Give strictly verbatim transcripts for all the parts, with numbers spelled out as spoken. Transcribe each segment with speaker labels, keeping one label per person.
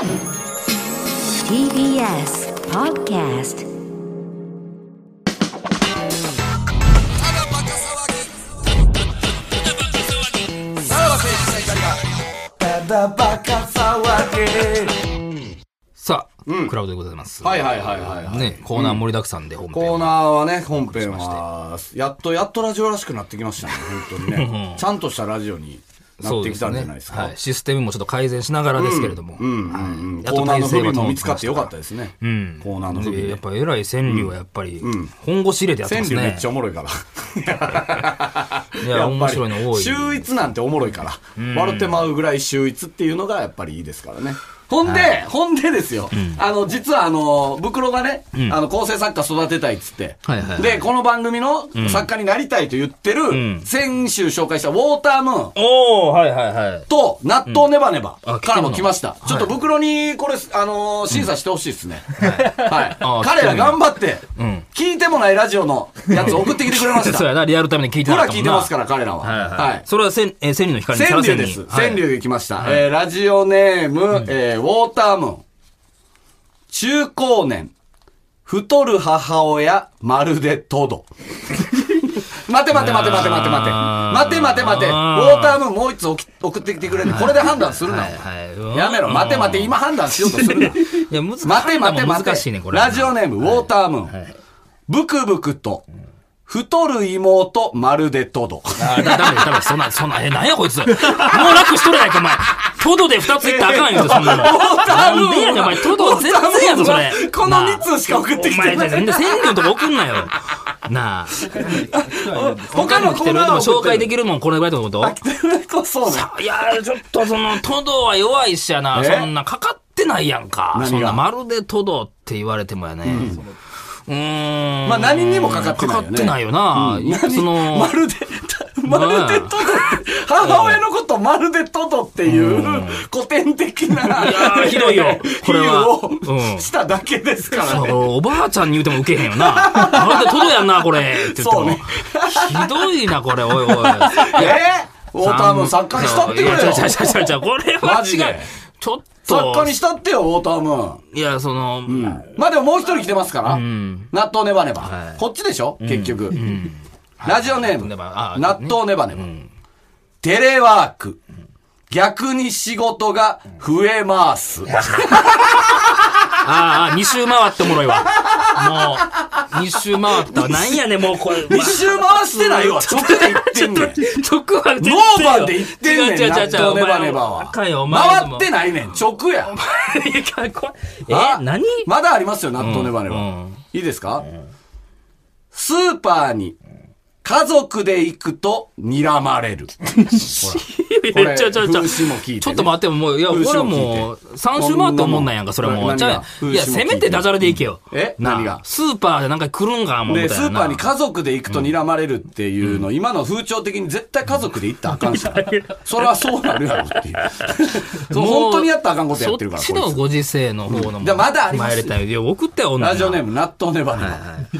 Speaker 1: ティービーエス Podcast。
Speaker 2: さあ、うん、クラウドでございます。
Speaker 3: はいはいはいはい、はい、
Speaker 2: ね、コーナー盛りだくさんで本編、
Speaker 3: うん、コーナーはね、本編はやっとやっとラジオらしくなってきましたね、本当にね。ちゃんとしたラジオになってきたんじゃないですか。
Speaker 2: そうですね、はい、システムもちょっと改善しながらですけれども、
Speaker 3: うんうんうん、はい、コーナーの不備も見つかってよかったですね。
Speaker 2: うん、
Speaker 3: コーナーの不備で
Speaker 2: やっぱ偉い川柳はやっぱり、うん、本腰入れてやってますね。
Speaker 3: 川柳めっちゃおもろいから。
Speaker 2: いや面白いの多い。
Speaker 3: 秀逸なんておもろいから、うん、笑ってまうぐらい秀逸っていうのがやっぱりいいですからね。ほんで、はい、ほんでですよ、うん、あの、実はあの、袋がね、うん、あの、構成作家育てたいっつって、はいはいはい、で、この番組の作家になりたいと言ってる、うん、先週紹介したウォータームーン、
Speaker 2: おー、はいはいはい。
Speaker 3: と、納豆ネバネバからも来ました。うん、ちょっと袋に、これ、あのー、審査してほしいですね。うん、はい。はい、彼ら頑張って、うん、聞いてもないラジオのやつ送ってきてくれました。
Speaker 2: そうやな、リアルタイムに聞いてなかったもんな。
Speaker 3: ほら聞いてますから、彼らは。はい、はいはい。
Speaker 2: それは千、えー、千里の光に
Speaker 3: 川柳です。川柳で来ました。はい、えー、ラジオネーム、うん、えー、ウォータームーン。中高年、太る母親、まるでトド。待て待て待て待て待て待て。待て待て待て。ウォータームーンもう一つ送ってきてくれる。これで判断するな。はいはい、やめろ。待て待て。今判断しようとするな。い
Speaker 2: や難しい。
Speaker 3: 待て待て待て。
Speaker 2: 難しいね、これ。
Speaker 3: ラジオネーム、ウォータームーン。はいはい、ブクブクと、太る妹、まるでトド。
Speaker 2: あ、だ、だめだめ、そんな、そんな、え、なんやこいつ。もう楽しとるやんか、お前。トドで二ついったらあかんよ、そんなの。なんでやねん、お前、トド全然やぞ、それ。
Speaker 3: この三つしか送ってきてない。
Speaker 2: お前、全然川柳のとこ送んなよ。なあ。他の来てるでも紹介できるもん、これぐらいってこと？
Speaker 3: そうね。
Speaker 2: いや、ちょっとその、トドは弱いしやな。そんな、かかってないやんか。そんな、まるでトドって言われてもやね。うーん。
Speaker 3: まあ何にもかかってないよね。
Speaker 2: かかってないよな。
Speaker 3: うん、そのまるで、まるでトドって、母親のことまるでトドっていう古典的な、
Speaker 2: いやひどいよ。これは。
Speaker 3: をしただけですからね。
Speaker 2: そう、おばあちゃんに言うてもウケへんよな。まるでトドやんな、これ。って言っても。ね、ひどいな、これ、おいおい。え
Speaker 3: ー、ウォータームーン作家にしたってくれよ。
Speaker 2: いや、ちゃちゃちゃちゃ、これは違う。ちょっと。
Speaker 3: 作家にしたってよ、ウォータームーン。
Speaker 2: いや、その、うん、
Speaker 3: まあでももう一人来てますから。うん、納豆ネバネバ。はい、こっちでしょ、うん、結局。うん、ラジオネーム、はい、納豆ネバネバ。うん、テレワーク。逆に仕事が増えます。
Speaker 2: ああ、二周回っておもろいわ。もう、二周回ったわ。なんやねん、もうこれ。
Speaker 3: 二周回してないわ。直で言ってんねん。
Speaker 2: 直は
Speaker 3: ノーバンで言ってんねん。納豆ネバネバは。回ってないねん。直や。
Speaker 2: え、何
Speaker 3: まだありますよ、納豆ネバネバ。いいですか？スーパーに家族で行くと睨まれる。ほら。これ、風刺も聞いて、ね。
Speaker 2: ちょっと待って、もう、いや、これもう、三周回って思んないやんか、それもう。じゃあ、いや、せめてダジャレで行けよ。
Speaker 3: え何が
Speaker 2: スーパーでなんか来るんか、もう。
Speaker 3: で、スーパーに家族で行くと睨まれるっていうの、今の風潮的に絶対家族で行ったらあかんし。それはそうなるやろっていう。そう、本当にやったらあかんことやってるから。
Speaker 2: そっちのご時世の方のも。
Speaker 3: じゃあ、まだあります。
Speaker 2: いや、送ってよ、女。
Speaker 3: ラジオネーム、納豆ネバネバ。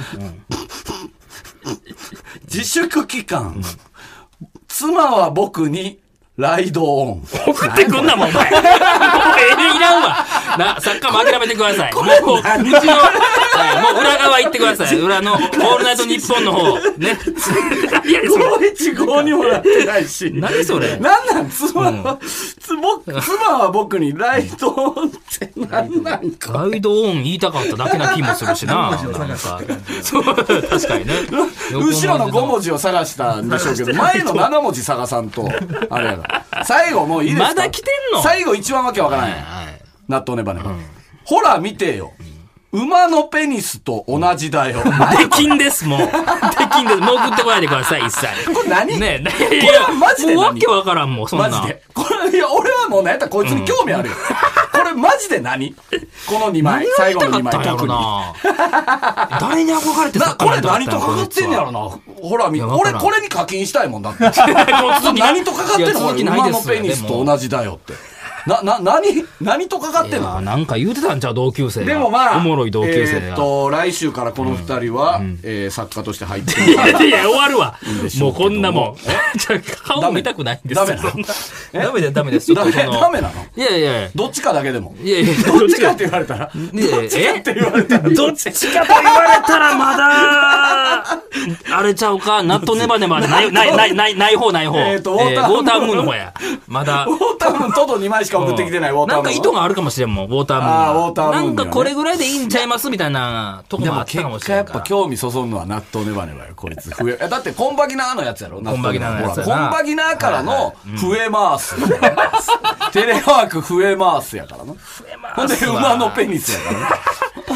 Speaker 3: 自粛期間、うん、妻は僕にライドオン。
Speaker 2: 送ってくんなもん、お前。もうええ、いらんわ。な、作家も諦めてください。もう、うちの、はい、もう裏側行ってください。裏の、オールナイトニッポンの方。ね。
Speaker 3: いや、ごいちごにもなってないし。
Speaker 2: 何それ。
Speaker 3: なんなん妻は、うん、つぼ、妻は僕にライドオンってなんなんか。
Speaker 2: ライドオン言いたかっただけな気もするしな。なんか。そう、確かにね。
Speaker 3: 後ろのご文字を探したんでしょうけど、前のなな文字探さんと、あれやな。最後もういいですか？
Speaker 2: まだ来てんの？
Speaker 3: 最後一番わけわからない。はいはい、納豆ネバネバ。うん、ほら見てよ。馬のペニスと同じだよ。
Speaker 2: できんです、もう。できんです。もう送ってこないでください、一切。
Speaker 3: これ何？
Speaker 2: ねえ、
Speaker 3: これはマジで何？
Speaker 2: もうわけわからんもん、そんな。
Speaker 3: マジで。これ、いや、俺はもうね、やったらこいつに興味あるよ。うん、これマジで何？このにまい。最後のにまい。特に。
Speaker 2: 誰に憧れて
Speaker 3: さ、これ何とかかってんねやろな。ほら、俺これに課金したいもんだって。何とかかってんの？これ馬のペニスと同じだよって。 な、な、何何とかかってんの？
Speaker 2: なんか言うてたんちゃう同級生が。
Speaker 3: でもまあ、
Speaker 2: おもろい同級生が。
Speaker 3: えーっと、来週からこの二人は、えー作家として入って
Speaker 2: いやいや、終わるわ。もうこんなもん。
Speaker 3: え
Speaker 2: じゃ顔見たくないんですよ。
Speaker 3: ダメなの
Speaker 2: ダメだよ、ダメです。
Speaker 3: ダメ、ダメなの？
Speaker 2: いやいやいや。
Speaker 3: どっちかだけでも。
Speaker 2: いやいや、
Speaker 3: どっちかって言われたら。
Speaker 2: いやいや
Speaker 3: どっちかって言われたら。
Speaker 2: どっちかと言われたらまだ、あれちゃうか、納豆ネバネバじゃない、ない、ない、ない、ない方ない方。
Speaker 3: えーとウォータームーン
Speaker 2: ウォータームーンの方や。まだ。
Speaker 3: ウォータームーントドにまいしか送ってきてないウォータームーン。
Speaker 2: なんか意図があるかもしれんもん、ウォータームーン。
Speaker 3: あーウォータームーンにはね
Speaker 2: なんかこれぐらいでいいんちゃいますみたいなとこ
Speaker 3: でも結
Speaker 2: もあったかもし
Speaker 3: 果やっぱ
Speaker 2: れんから。
Speaker 3: 興味そそるのは納豆ネバネバよ、こいつ。増え、えだってコンバギナーのやつやろ、
Speaker 2: コンバギナーのやつやな
Speaker 3: ほらコンバギナーからの増えます。テレワーク増えますやからな。ほんで馬のペニスやからね。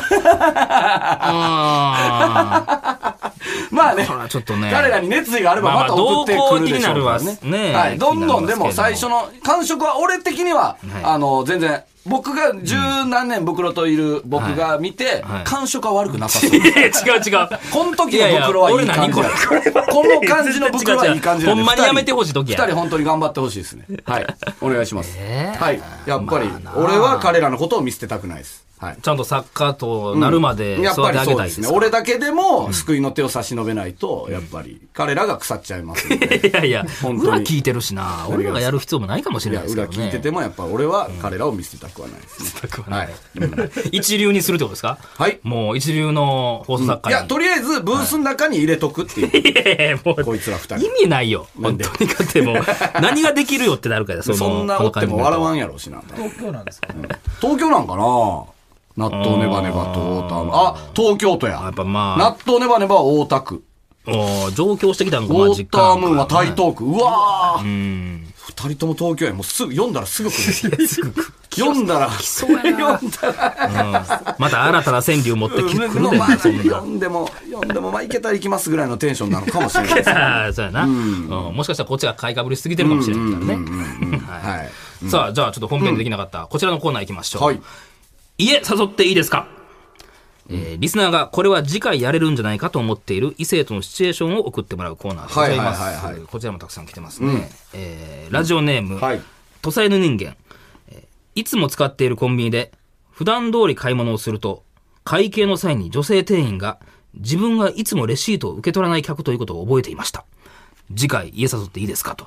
Speaker 3: まあね、
Speaker 2: これはちょっとね
Speaker 3: 彼らに熱意があればまた送ってくるでしょうからね。
Speaker 2: まあまあ動向気になるわね
Speaker 3: はい、どんどんでも
Speaker 2: 気になりますけれども
Speaker 3: 最初の感触は俺的には、
Speaker 2: はい
Speaker 3: あの、全然、僕が十何年袋といる僕が見て、
Speaker 2: はい
Speaker 3: 感触は悪くなさそう。
Speaker 2: いや違う違う。
Speaker 3: この時の袋はいい感じや。この感じの袋はいい感じなんで。
Speaker 2: ほんまにやめてほしい時や。
Speaker 3: 二人本当に頑張ってほしいですね。はい。お願いします。
Speaker 2: えー
Speaker 3: はい。やっぱり
Speaker 2: まあな、
Speaker 3: 俺は彼らのことを見捨てたくないです。はい。
Speaker 2: ちゃんと作家となるまで
Speaker 3: やっぱり
Speaker 2: 育て上げ
Speaker 3: そうですね。
Speaker 2: たいですか。
Speaker 3: 俺だけでも救いの手を差し伸べないと、やっぱり彼らが腐っちゃいますんで。
Speaker 2: いやいや、
Speaker 3: 本当に
Speaker 2: 裏聞いてるしな。俺らがやる必要もないかもし
Speaker 3: いや、
Speaker 2: れないですけどね。
Speaker 3: 裏聞いててもやっぱ俺は彼らを見捨てたくはないですね。はい。
Speaker 2: 一流にするってことですか？
Speaker 3: はい
Speaker 2: もう一流の放送作家に。
Speaker 3: いや、とりあえずブースの中に入れとくっていう。
Speaker 2: いやいやもう
Speaker 3: こいつら二人。
Speaker 2: 意味ないよ。本当に。だってもう、何ができるよってなるから、その、
Speaker 3: そんなおっても笑わん
Speaker 2: ん。
Speaker 3: やろうしな。
Speaker 4: 東京なんですか？
Speaker 3: 東京なんかな納豆ネバネバとウォーターム。あ、東京都や。
Speaker 2: やっぱまあ
Speaker 3: 納豆ネバネバは大田区。
Speaker 2: おー上京してきたん
Speaker 3: ウ
Speaker 2: か、まあ
Speaker 3: ォータームーンは台東区。うわー
Speaker 2: うん。
Speaker 3: 二人とも東京や。もうすぐ、読んだらすぐ来る。読んだら。
Speaker 2: そうやな。
Speaker 3: 読んだら。
Speaker 2: また新たな川柳持ってきてくるで
Speaker 3: まあ、
Speaker 2: そんな。
Speaker 3: 読んでも、読んでも、まあ、いけたら行きますぐらいのテンションなのかもしれないです。
Speaker 2: あーそうやな、うんもしかしたらこっちが買いかぶりすぎてるかもしれないからね。はい
Speaker 3: はい。
Speaker 2: さあ、じゃあちょっと本編でできなかった、こちらのコーナー行きましょう。
Speaker 3: はい。
Speaker 2: 家誘っていいですか？えーリスナーがこれは次回やれるんじゃないかと思っている異性とのシチュエーションを送ってもらうコーナーでございます。
Speaker 3: はいはいはいはい
Speaker 2: こちらもたくさん来てますね。えーラジオネーム、
Speaker 3: はい
Speaker 2: 土佐犬人間、えーいつも使っているコンビニで普段通り買い物をすると会計の際に女性店員が自分がいつもレシートを受け取らない客ということを覚えていました。次回家誘っていいですかと。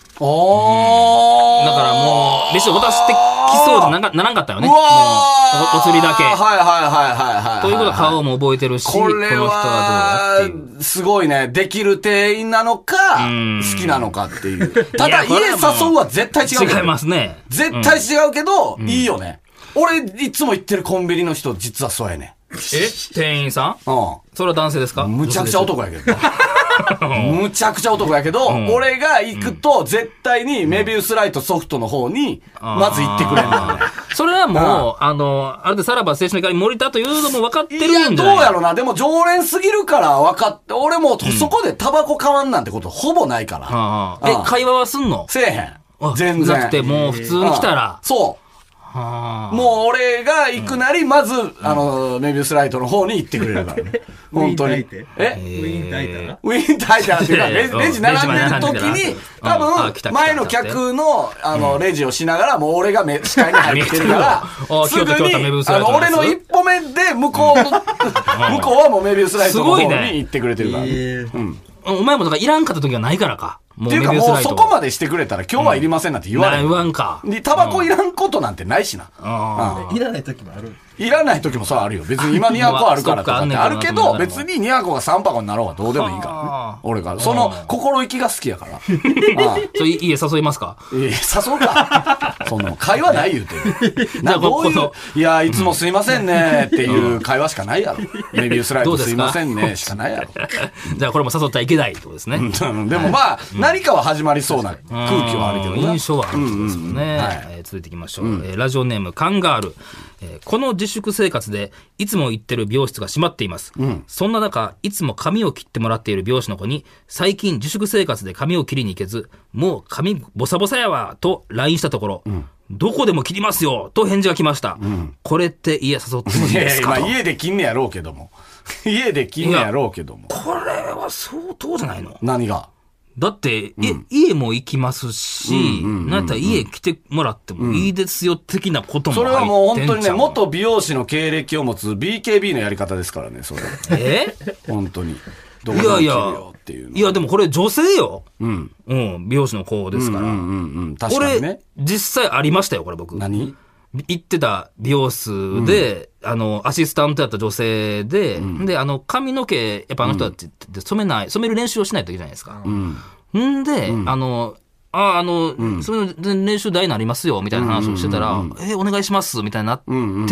Speaker 3: おー。
Speaker 2: だからもうレシート渡してきそうでなかならんかったよね。
Speaker 3: うわー
Speaker 2: もうおお釣りだけ。
Speaker 3: はいはいはいはいはい。
Speaker 2: ということは顔も覚えてるし、
Speaker 3: これ
Speaker 2: この人はどうやっていう。
Speaker 3: は、すごいね。できる店員なのか、
Speaker 2: ん
Speaker 3: 好きなのかっていう。ただ、
Speaker 2: いやこれ
Speaker 3: 家
Speaker 2: はもう
Speaker 3: 誘うは絶対違うけど。
Speaker 2: 違いますね。
Speaker 3: 絶対違うけど、いいよね。俺、いつも行ってるコンビニの人、実はそうやね。
Speaker 2: え店員さん
Speaker 3: う
Speaker 2: それは男性ですか？
Speaker 3: ん。むちゃくちゃ男やけど。むちゃくちゃ男やけど、俺が行くと、絶対にメビウスライトソフトの方に、まず行ってくれるんだよね。
Speaker 2: それはもう、あの、あれでさらば青春の光森田というのも分かってる
Speaker 3: いや、
Speaker 2: んじゃない
Speaker 3: どうやろな。でも常連すぎるから分かって、俺もそこでタバコ買わんなんてことほぼないから。
Speaker 2: ああえ、
Speaker 3: うん
Speaker 2: 会話はすんの？
Speaker 3: せえへん
Speaker 2: あ。
Speaker 3: 全然。
Speaker 2: なくてもう普通に来たら
Speaker 3: うん。そう。
Speaker 2: はあ
Speaker 3: もう俺が行くなり、まず、あの、メビウスライトの方に行ってくれるからね。本当に。
Speaker 4: ウィーン炊いて
Speaker 3: え
Speaker 4: ウィーン炊いたら
Speaker 3: ウィーン炊いたらっていうか、レジ
Speaker 2: うん
Speaker 3: レジ並んでる時に、多
Speaker 2: うんあ来た来た
Speaker 3: 分、前の客の、あの、レジをしながら、もう俺が目視界に入ってるから
Speaker 2: あ、
Speaker 3: すぐ
Speaker 2: 京都京都メビウ
Speaker 3: に、あの、
Speaker 2: スライトのやつ
Speaker 3: 俺の一歩目で、向こうの、向こうはもうメビウスライトの方
Speaker 2: すごいね
Speaker 3: に行ってくれてるからね。
Speaker 4: え
Speaker 2: お前もだからいらんかった時がないからか。も
Speaker 3: っていうかもうそ
Speaker 2: メビウスライト。
Speaker 3: こまでしてくれたら今日はいりませんなんて言わ
Speaker 2: な
Speaker 3: ないい。
Speaker 2: 言わんか。
Speaker 3: で、タバコいらんことなんてないしな。
Speaker 2: あ
Speaker 3: うん
Speaker 4: いらない時もある。
Speaker 3: いらない時もさ、あるよ。別に今にひゃくあるからとかってあるけど、
Speaker 2: まあそっかあんねんけど
Speaker 3: 別ににひゃくがさん箱になろうがどうでもいいからね
Speaker 2: はあ。
Speaker 3: 俺から。その心意気が好きやから。ああ
Speaker 2: それ家誘いますか？
Speaker 3: ええ、誘うか。その、会話ない言うてる。
Speaker 2: じゃあ
Speaker 3: などういう
Speaker 2: ここ、
Speaker 3: いや、いつもすいませんねっていう会話しかないやろ。メビウスライ
Speaker 2: どうですか
Speaker 3: トすいませんねしかないやろ。
Speaker 2: じゃあこれも誘っちゃいけないってことですね。
Speaker 3: うんでもまあ、何かは始まりそうな空気はあるけどな。
Speaker 2: 印象はあるってことですよね。
Speaker 3: はい
Speaker 2: えー続いていきましょう、えーラジオネームカンガール、えーこの自粛生活でいつも行ってる美容室が閉まっています、そんな中いつも髪を切ってもらっている美容師の子に最近自粛生活で髪を切りに行けずもう髪ボサボサやわと ライン したところ、どこでも切りますよと返事が来ました、これって家誘ってもいい
Speaker 3: いやいや、まあ
Speaker 2: ですかと
Speaker 3: 家で切んねやろうけども。家で切んねやろうけども。
Speaker 2: これは相当じゃないの？
Speaker 3: 何が
Speaker 2: だって、うん、え、家も行きますし、うんうんうんうん、なんやったら家来てもらってもいいですよ、的なことも入ってんじゃん。
Speaker 3: それはもう本当にね、元美容師の経歴を持つ ビーケービー のやり方ですからね、それ。
Speaker 2: え
Speaker 3: 本当に。どう
Speaker 2: いやいや、いやでもこれ女性よ。
Speaker 3: うん。
Speaker 2: うん、美容師の子ですから。うんうんうん
Speaker 3: うん、確かにね。
Speaker 2: これ、実際ありましたよ、これ僕。
Speaker 3: 何
Speaker 2: 行ってた美容室で、うん、あの、アシスタントやった女性で、うん、で、あの、髪の毛、やっぱあの人たちって染めない、染める練習をしないといけないじゃないですか。うん。んで、うん、あの、あ、あの、うん、それの練習台になりますよ、みたいな話をしてたら、うんうんうん、え、お願いします、みたいになって、うんうんうんうん、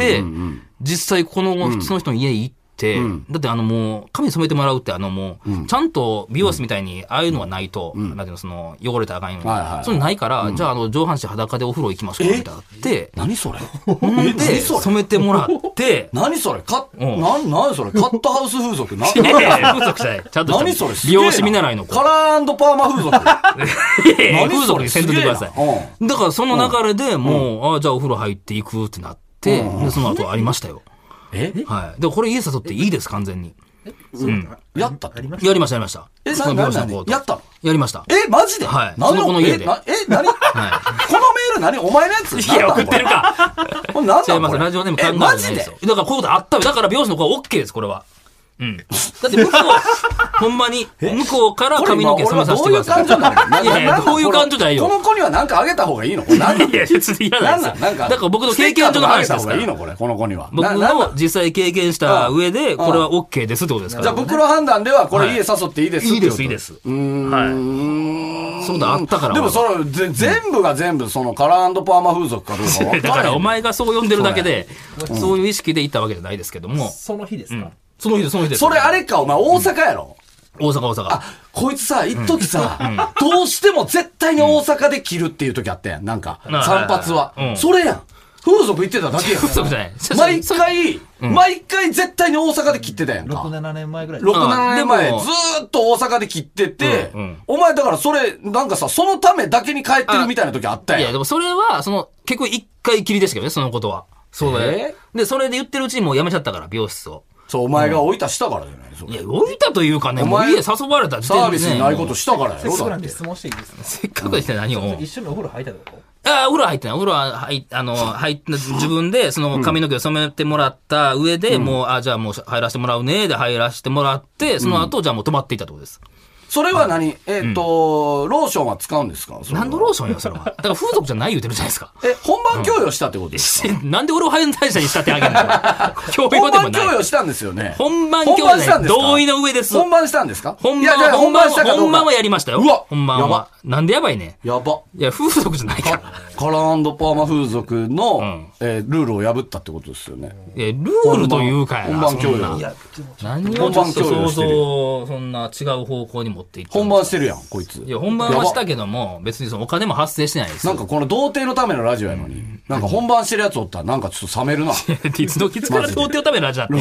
Speaker 2: 実際この普通の人の家行って、うん、だってあのもう髪染めてもらうってあのもう、うん、ちゃんと美容室みたいにああいうのはないと、うん、なんていうのその汚れたらあかんように、はいはいはい、そういうのないから、うん、じゃああの上半身裸でお風呂行きましょうみたいなって
Speaker 3: 何それ
Speaker 2: で染めてもらって
Speaker 3: 何それかな何それカットハウス風俗な
Speaker 2: 風俗じゃないちゃんと
Speaker 3: 何それ
Speaker 2: 美容師見習いの子
Speaker 3: カラーパーマ風俗
Speaker 2: 風俗にせんといてください、うん、だからその流れでもう、うん、あじゃあお風呂入っていくってなって、うん、でその後ありましたよ
Speaker 3: え
Speaker 2: はい。でもこれ家誘っていいです、完全に。
Speaker 3: うん。やった
Speaker 2: やりました、やりました。
Speaker 3: え、な、な、な、やったの
Speaker 2: やりました。
Speaker 3: え、マジで
Speaker 2: はい。
Speaker 3: 何
Speaker 2: のこの家で。
Speaker 3: え、な、え、何はい。このメール何お前のやつ
Speaker 2: いや、送ってるか。
Speaker 3: これ何だ
Speaker 2: 違います、ラジオネーム考えてないですよ。だからこういうことあったよ。だから美容師の子は OK です、これは。うん。だって向こう、ほんまに、向こうから髪の毛染めさせてください。
Speaker 3: どういう感情なの
Speaker 2: いやいや、どういう感情じゃないよ。
Speaker 3: この子には何かあげた方がいいのこれ何
Speaker 2: いや、別にいらないですよ。だから僕の経験上の話ですから。
Speaker 3: いいのこれ、この子には。
Speaker 2: 僕の実際経験した上で、これは OK ですってことですから。
Speaker 3: じゃあ、袋判断では、これ家誘っていいですってこと。
Speaker 2: いいです、いいです。
Speaker 3: うーん。
Speaker 2: はい。そうだ、あったから。
Speaker 3: でもそれ、全部が全部、そのカラー&パーマ風俗かどうか分からない。
Speaker 2: だからお前がそう呼んでるだけで、そういう意識で行ったわけじゃないですけども。
Speaker 4: その日ですか
Speaker 2: その日で、その日で。
Speaker 3: それあれか、お前大阪やろ、
Speaker 2: うん、大阪、大阪。
Speaker 3: あ、こいつさ、一時さ、うん、どうしても絶対に大阪で切るっていう時あったやん。なんか、散髪は。うん、それやん。風俗行ってただけやん。
Speaker 2: 風俗じゃない。
Speaker 3: 毎回、うん、毎回絶対に大阪で切ってたやんか。
Speaker 4: ろく、ななねんまえぐらい。
Speaker 3: ろく、ななねんまえ、ずーっと大阪で切ってて、うんうん、お前だからそれ、なんかさ、そのためだけに帰ってるみたいな時あったやん。
Speaker 2: いや、でもそれは、その、結構一回きりでしたけどね、そのことは。そうだね。で、それで言ってるうちにもう辞めちゃったから、美容室を。
Speaker 3: そう、お前が置いたしたからじゃない、
Speaker 2: うん、いや、置いたというかね、もう家誘われた時点で、ね。
Speaker 3: サービスにないことしたからやろ、
Speaker 4: だって。質問していいですか
Speaker 2: せっかくして何を、うん、
Speaker 4: 一緒にお風呂入ったってこと
Speaker 2: ああ、お風呂入ってない。お風呂は入あの、入って、自分で、その髪の毛を染めてもらった上で、うん、もう、あじゃあもう入らせてもらうね、で入らせてもらって、その後、うん、じゃあもう止まっていたってことです。
Speaker 3: それは何、えっと、うん、ローションは使うんですか
Speaker 2: 何のローションよ、それは。だから風俗じゃない言うてるじゃないですか。
Speaker 3: え、本番供与したってことですか、
Speaker 2: うん、なんで俺を犯罪者にしたってあげるの教
Speaker 3: 本番供与したんですよね。
Speaker 2: 本番供与したんですか同意の上です。
Speaker 3: 本番したんですか
Speaker 2: 本番は、本番したかどうか。本番はやりましたよ。
Speaker 3: うわ
Speaker 2: 本番は。やば。なんでやばいね。
Speaker 3: やば。
Speaker 2: いや、風俗じゃないから。
Speaker 3: カラー&パーマ風俗の、うんえー、ルールを破ったってことですよね。
Speaker 2: いや、ルールというかや
Speaker 3: な。本番供与。
Speaker 2: 何をちょっと想像、そんな違う方向に持っていって。
Speaker 3: 本番してるやん、こいつ。
Speaker 2: いや、本番はしたけども、別にそのお金も発生してないです。
Speaker 3: なんかこの童貞のためのラジオやのに、うん、なんか本番してるやつおったらなんかちょっと冷めるな。
Speaker 2: いつのきつから童貞のためのラジオだって。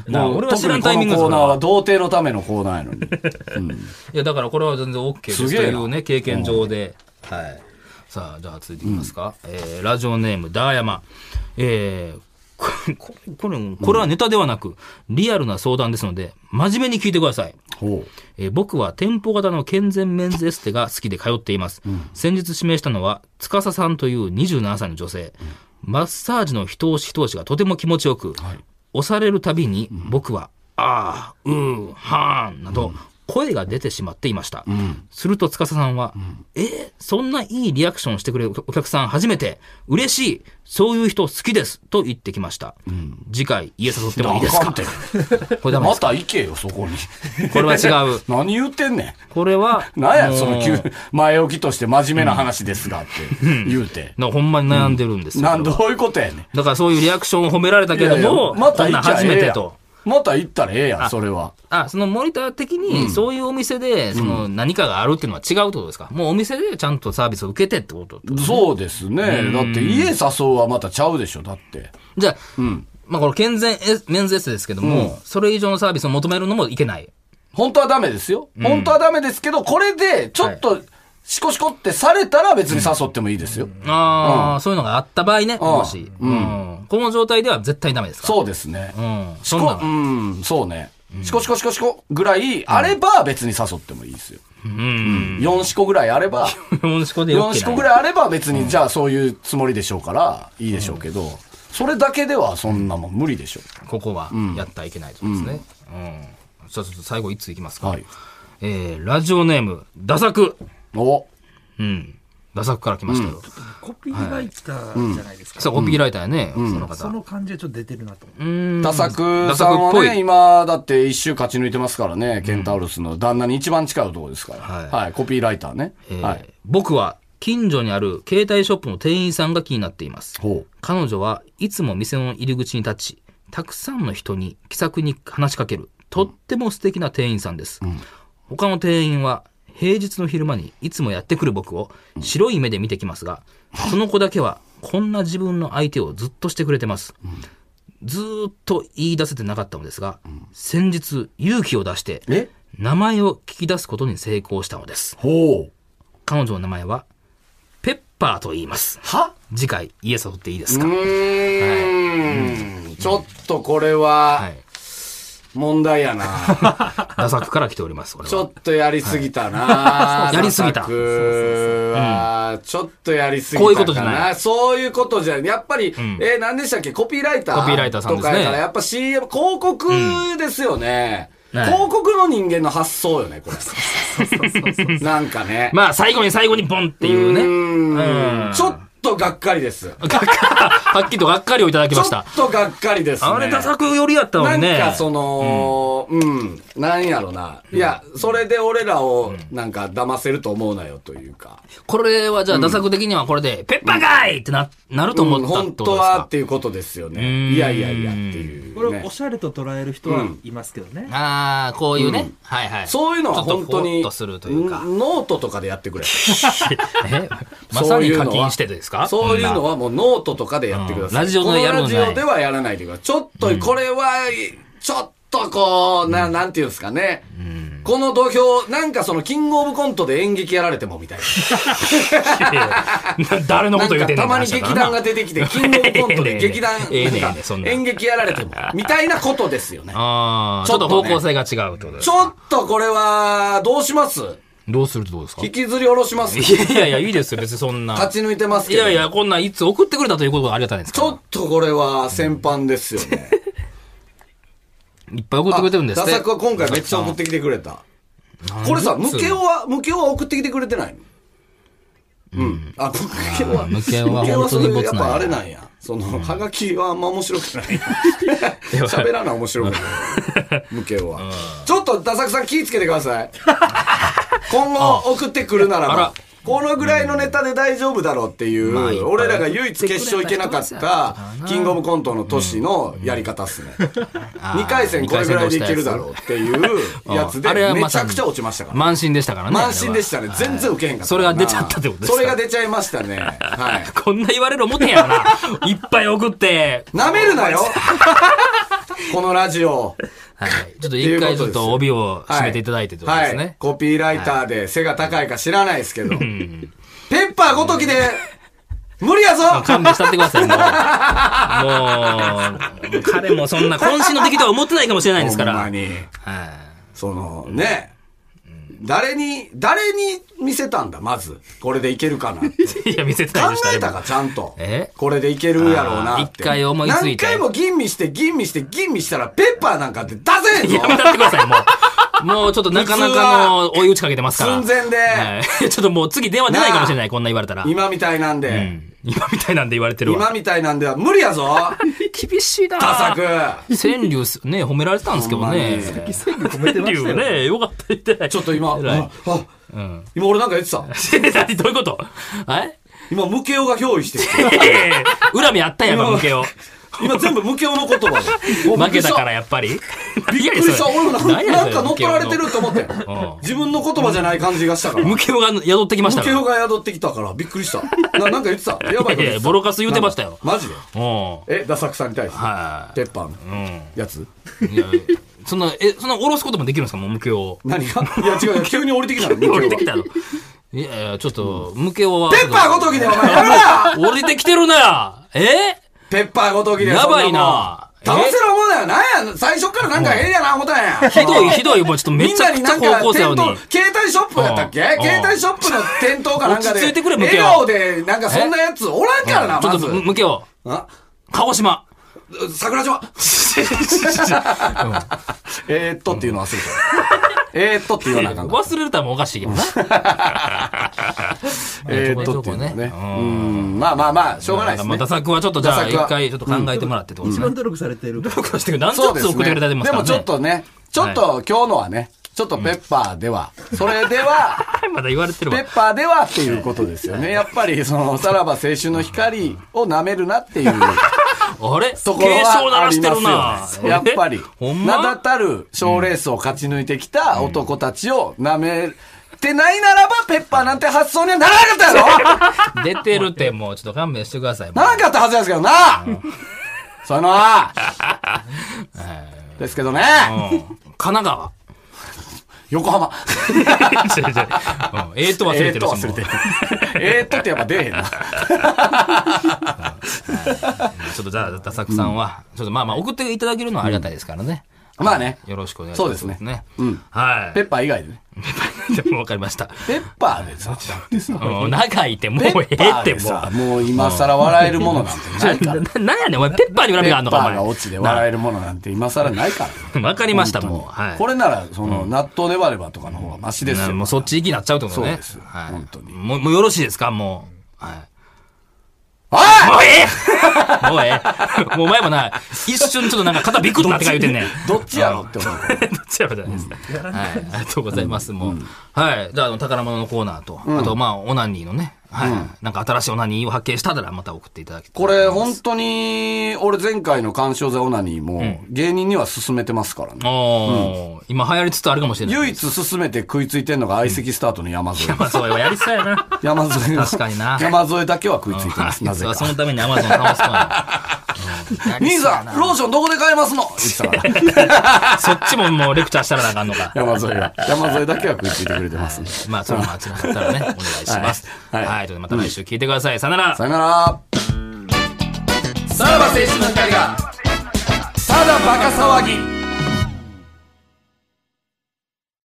Speaker 2: な俺は知らんタイミング
Speaker 3: です。このコーナーは童貞のためのコーナーやのに。うん、い
Speaker 2: や、だからこれは全然 OK ですというね、経験上で。はい。さあ、じゃあ続いていきますか。うん、えー、ラジオネーム、ダーヤマ。えー、これ、これ、これはネタではなく、リアルな相談ですので、真面目に聞いてください。えー、僕は店舗型の健全メンズエステが好きで通っています。うん、先日指名したのは、司さんというにじゅうななさいの女性。うん、マッサージの一押し一押しがとても気持ちよく、はい、押されるたびに僕は、うん、あー、うー、はーんなど、うん声が出てしまっていました。うん、すると司さんは、うん、えー、そんないいリアクションしてくれるお客さん初めて、嬉しい、そういう人好きですと言ってきました。うん、次回家誘ってもいいですか？これダメですか？
Speaker 3: また行けよそこに。
Speaker 2: これは違う。
Speaker 3: 何言ってんねん。
Speaker 2: これは
Speaker 3: 何やその急前置きとして真面目な話ですがって言うて。
Speaker 2: うん、ほんまに悩んでるんですよ。
Speaker 3: なんどういうことやねん。
Speaker 2: だからそういうリアクションを褒められたけども、いやいやまたこんな初めてと。
Speaker 3: また行ったらええやん、それは。
Speaker 2: あ、そのモニター的に、そういうお店で、その何かがあるっていうのは違うってことですか？もうお店でちゃんとサービスを受けてってこと？
Speaker 3: そうですね。だって家誘うはまたちゃうでしょ、だって。
Speaker 2: じゃあ、うん、まあこの健全メンズエステですけども、うん、それ以上のサービスを求めるのもいけない。
Speaker 3: 本当はダメですよ。本当はダメですけど、これでちょっと、はいシコシコってされたら別に誘ってもいいですよ。
Speaker 2: うん、ああ、うん、そういうのがあった場合ね、もし、うんうん。この状態では絶対ダメですか？
Speaker 3: そうですね。
Speaker 2: うん。
Speaker 3: シコ、うん、そうね。 シコシコシコシコぐらいあれば別に誘ってもいいですよ。うん。よん、よんこぐらいあれば、
Speaker 2: よん、よんこで OK
Speaker 3: よん、よんこぐらいあれば別にじゃあそういうつもりでしょうからいいでしょうけど、それだけではそんなもん無理でしょ。
Speaker 2: ここはやったらいけないとですね。うん。じゃあちょっと最後いついきますか。はい。えー、ラジオネーム、ダサク。
Speaker 3: お
Speaker 2: うん。ダサクから来ましたよ。
Speaker 4: コピーライターじゃないですか。
Speaker 2: そう、コピーライターやね、その方。
Speaker 4: その感じはちょっと出てるなと思
Speaker 3: う。ダサクさんはね、今だって一周勝ち抜いてますからね、ケンタウロスの旦那に一番近い男ですから。はい。コピーライターね。はい。
Speaker 2: 僕は、近所にある携帯ショップの店員さんが気になっています。彼女はいつも店の入り口に立ち、たくさんの人に気さくに話しかける、とっても素敵な店員さんです。うん、他の店員は平日の昼間にいつもやってくる僕を白い目で見てきますが、うん、その子だけはこんな自分の相手をずっとしてくれてます。うん、ずーっと言い出せてなかったのですが、うん、先日勇気を出して名前を聞き出すことに成功したのです。
Speaker 3: ほう。
Speaker 2: 彼女の名前はペッパーと言います。
Speaker 3: は？
Speaker 2: 次回家誘っていいですか？
Speaker 3: うーん、はい、ちょっとこれは、はい、問題やな。
Speaker 2: ダサクから来ております。これは
Speaker 3: ちょっとやりすぎたな。
Speaker 2: はい、やりすぎた。
Speaker 3: ダサクはちょっとやりすぎたかな。こういうことじゃない。そういうことじゃない。やっぱり、うん、えー、何でしたっけ？コピーライター。
Speaker 2: コピーライターさんですね。
Speaker 3: とかやからやっぱ シーエム 広告ですよね。うん広告の人間の発想よね、これ。なんかね。
Speaker 2: まあ、最後に最後にボンっていうね。
Speaker 3: うんちょっとがっかりです。
Speaker 2: はっきりとがっかりをいただきました。
Speaker 3: ちょっとがっかりですね。
Speaker 2: あれ、ダサク寄りやったのにね。
Speaker 3: なんかその、うん、うん、なんやろな。いや、それで俺らをなんか騙せると思うなよというか。
Speaker 2: これはじゃあ、ダサク的にはこれで、ペッパーかいってな、なると思ったってことですか、
Speaker 3: うん、本当はっていうことですよね。いやいやいやっていう。
Speaker 4: これおしゃれと捉える人はいますけどね。
Speaker 2: うん、ああ、こういうね、うん。はいはい。
Speaker 3: そういうのは本当に、ノートとかでやってくれ。
Speaker 2: えまさに課金してですか？
Speaker 3: そういうのはもうノートとかでやってください。
Speaker 2: ラジオでやるの
Speaker 3: ない。ラジオではやらないでください。ちょっと、これは、ちょっとこう、な、なんていうんですかね。この土俵、なんかそのキングオブコントで演劇やられてもみたい
Speaker 2: な。誰のこと言うてんの？
Speaker 3: たまに劇団が出てきて、キングオブコントで劇団、演劇やられても、みたいなことですよね。
Speaker 2: ああ、ちょっと方向性が違うってことです。
Speaker 3: ちょっとこれは、どうします？
Speaker 2: どうするってどうですか？
Speaker 3: 引きずり下ろします。
Speaker 2: いやいや、いいですよ、別にそんな。
Speaker 3: 勝ち抜いてますけど。
Speaker 2: いやいや、こんなんいつ送ってくれたということがありがたいんですか？
Speaker 3: ちょっとこれは先般ですよね。
Speaker 2: いっぱい送ってくれてるんですね。
Speaker 3: ダサクは今回めっちゃ送ってきてくれた。これさ、ムケオは、ムケオは送ってきてくれてないの？うん。あ、ムケオは、
Speaker 2: ムケオは本当にボツなんや。
Speaker 3: やっぱあれなんや。その、はがきはあんま面白くない。喋らな面白くない。ムケオは。ちょっとダサクさん気ぃつけてください。今後送ってくるならば。このぐらいのネタで大丈夫だろうっていう、まあ、俺らが唯一決勝行けなかったキングオブコントの年のやり方っすね。にかい戦これぐらいでいけるだろうっていうやつでめちゃくちゃ落ちましたから。
Speaker 2: 満身でしたからね。
Speaker 3: 満身でしたね。全然受けへんかった。
Speaker 2: それが出ちゃったってことですか？
Speaker 3: それが出ちゃいましたね。はい。
Speaker 2: こんな言われる思てんやろな。いっぱい送って。
Speaker 3: 舐めるなよこのラジオ。
Speaker 2: はい。ちょっと一回ちょっと帯を締めていただいてってことですね。はい。
Speaker 3: コピーライターで背が高いか知らないですけど。ペッパーごときで、無理やぞ
Speaker 2: 勘弁したってください、もう。もう、彼もそんな渾身の敵とは思ってないかもしれないですから。
Speaker 3: ほんまに。はい。その、ね。誰に、誰に見せたんだ、まず。これでいけるかなって。
Speaker 2: いや、見せてないでした。
Speaker 3: 考えたか、ちゃんと。えこれでいけるやろうなって。
Speaker 2: 一回思いついて。
Speaker 3: 何回も吟味して、吟味して、吟味したら、ペッパーなんかって出せんぞ
Speaker 2: やめたってください、もう。もうちょっとなかなかの追い打ちかけてますから。
Speaker 3: 寸前で。
Speaker 2: はい、ちょっともう次電話出ないかもしれない、こんな言われたら。
Speaker 3: 今みたいなんで。
Speaker 2: うん今みたいなんで言われてるわ。
Speaker 3: 今みたいなんでは無理やぞ
Speaker 2: 厳しいな
Speaker 3: ダサく
Speaker 2: 川柳ね、褒められてたんですけどね。
Speaker 4: さっき川柳褒めてましたよ
Speaker 2: ね。よかった言って。
Speaker 3: ちょっと今、あ、あ、うん、今俺なんか言ってた。
Speaker 2: どういうことえ
Speaker 3: 今、ムケオが憑依してきて。
Speaker 2: 恨みあったやん、ムケオ。
Speaker 3: 今全部ムケオの言葉で。
Speaker 2: 負けたからやっぱり。びっ
Speaker 3: くりした。俺もなんか乗っ取られてると思って。自分の言葉じゃない感じがしたから。
Speaker 2: ムケオが宿ってきました。
Speaker 3: ムケオが宿ってきたからびっくりした。な、なんか言ってた。やばい。
Speaker 2: いやボロカス言ってましたよ。
Speaker 3: マジでえ、ダサクさんに対して。はい。ペッパーのやついや、
Speaker 2: そんな、え、そんな下ろすこともできるんですかもうムケオ。
Speaker 3: 何がいや違う、急に降りてきたの。
Speaker 2: 降りてきたの。いやいや、ちょっと、ムケオは。
Speaker 3: ペッパーごときでお前やめろ
Speaker 2: 降りてきてるなえ
Speaker 3: ペッパーごときで
Speaker 2: やばいな
Speaker 3: 倒せる思うなよ。なんや、最初からなんか変やな思ったんや。
Speaker 2: ひどいひどい、もうちょっとめちゃくちゃ高校生やのに。
Speaker 3: 携帯ショップやったっけ？携帯ショップの店頭かなんかで。
Speaker 2: 落ち着いてくれ、向け
Speaker 3: 笑顔で、なんかそんなやつおらんからな、
Speaker 2: ちょっと、向けよう。鹿児島。
Speaker 3: 桜島。えーっとっていうの忘れた。えーっとって言わなあかん。
Speaker 2: 忘れるたらもうおかしいけどな。
Speaker 3: えーっとっていうのね。うん。まあまあまあ、しょうがないですね。
Speaker 2: ダサくはちょっとじゃあ一回ちょっと考えてもらってってことですね。
Speaker 4: 一番努力されてる。
Speaker 2: 努力してくれ。何冊送ってくれたりますからね。
Speaker 3: でもちょっとね、ちょっと今日のはね、ちょっとペッパーでは、それでは、
Speaker 2: まだ言われてるわ。
Speaker 3: ペッパーではっていうことですよね。やっぱり、その、さらば青春の光を舐めるなっていう。
Speaker 2: あれ
Speaker 3: ところはありますよね。やっぱり、名だたる賞レースを勝ち抜いてきた男たちを舐めてないならば、ペッパーなんて発想にはならなかったやろ
Speaker 2: 出てるってもうちょっと勘弁してください。
Speaker 3: ならなかったはずですけどな、そういうのは。ですけどね。
Speaker 2: 神奈川。
Speaker 3: 横浜。
Speaker 2: えーと忘れてるし。
Speaker 3: 忘れてる。えーとってやっぱ出えへんな。
Speaker 2: ちょっとじゃあ、ダサクさんは、ちょっとまあまあ送っていただけるのはありがたいですからね。
Speaker 3: まあね。
Speaker 2: よろしくお願いします。
Speaker 3: そうですね。
Speaker 2: うん。はい。
Speaker 3: ペッパー以外でね。
Speaker 2: でもわかりました。
Speaker 3: ペッパーでさ、だってさ。
Speaker 2: 長いってもうええっても
Speaker 3: う。もう今更笑えるものなんてないから。
Speaker 2: なんやねん、お前ペッパーに恨みがあんのか、お前。
Speaker 3: ペッパーが落ちで笑えるものなんて今更ないから。
Speaker 2: わかりました、もう。はい。
Speaker 3: これなら、その、納豆ネバネバとかの方がマシですよ。
Speaker 2: もうそっち行きになっちゃうってことね。
Speaker 3: そうです。本当に。
Speaker 2: もうよろしいですか、もう。はい。
Speaker 3: おい
Speaker 2: もうええもうええもうお前もな、一瞬ちょっとなんか肩ビクッとなってか言うてんねん。
Speaker 3: どっちやろって思う。
Speaker 2: どっちやろじゃないですか。はい。ありがとうございます。もう。はい。じゃあ、あの、宝物のコーナーと、あと、まあ、オナニーのね、はい。なんか新しいオナニーを発見したらまた送っていただきたい。
Speaker 3: これ、本当に、俺前回の鑑賞座オナニーも、芸人には勧めてますからね。
Speaker 2: おー。今流行りつつあるかもしれない。
Speaker 3: 唯一勧めて食いついてんのが相席スタートの山添。
Speaker 2: 山添はやりそうやな。
Speaker 3: 山添。
Speaker 2: 確かにな。
Speaker 3: 山添だけは食いついてます。なぜか。
Speaker 2: そのためにアマゾン倒すから。
Speaker 3: 兄さん、ローションどこで買えますの言ってたから。
Speaker 2: そっちももうレクチャーしたらなあかんのか。
Speaker 3: 山添は。山添だけは食いついてくれてますんで。
Speaker 2: まあ、それもつながったらね、お願いします。はい。はい。ということでまた来週聞いてください。さよなら。
Speaker 3: さよなら。さらば青春の光が、ただバカ騒ぎ。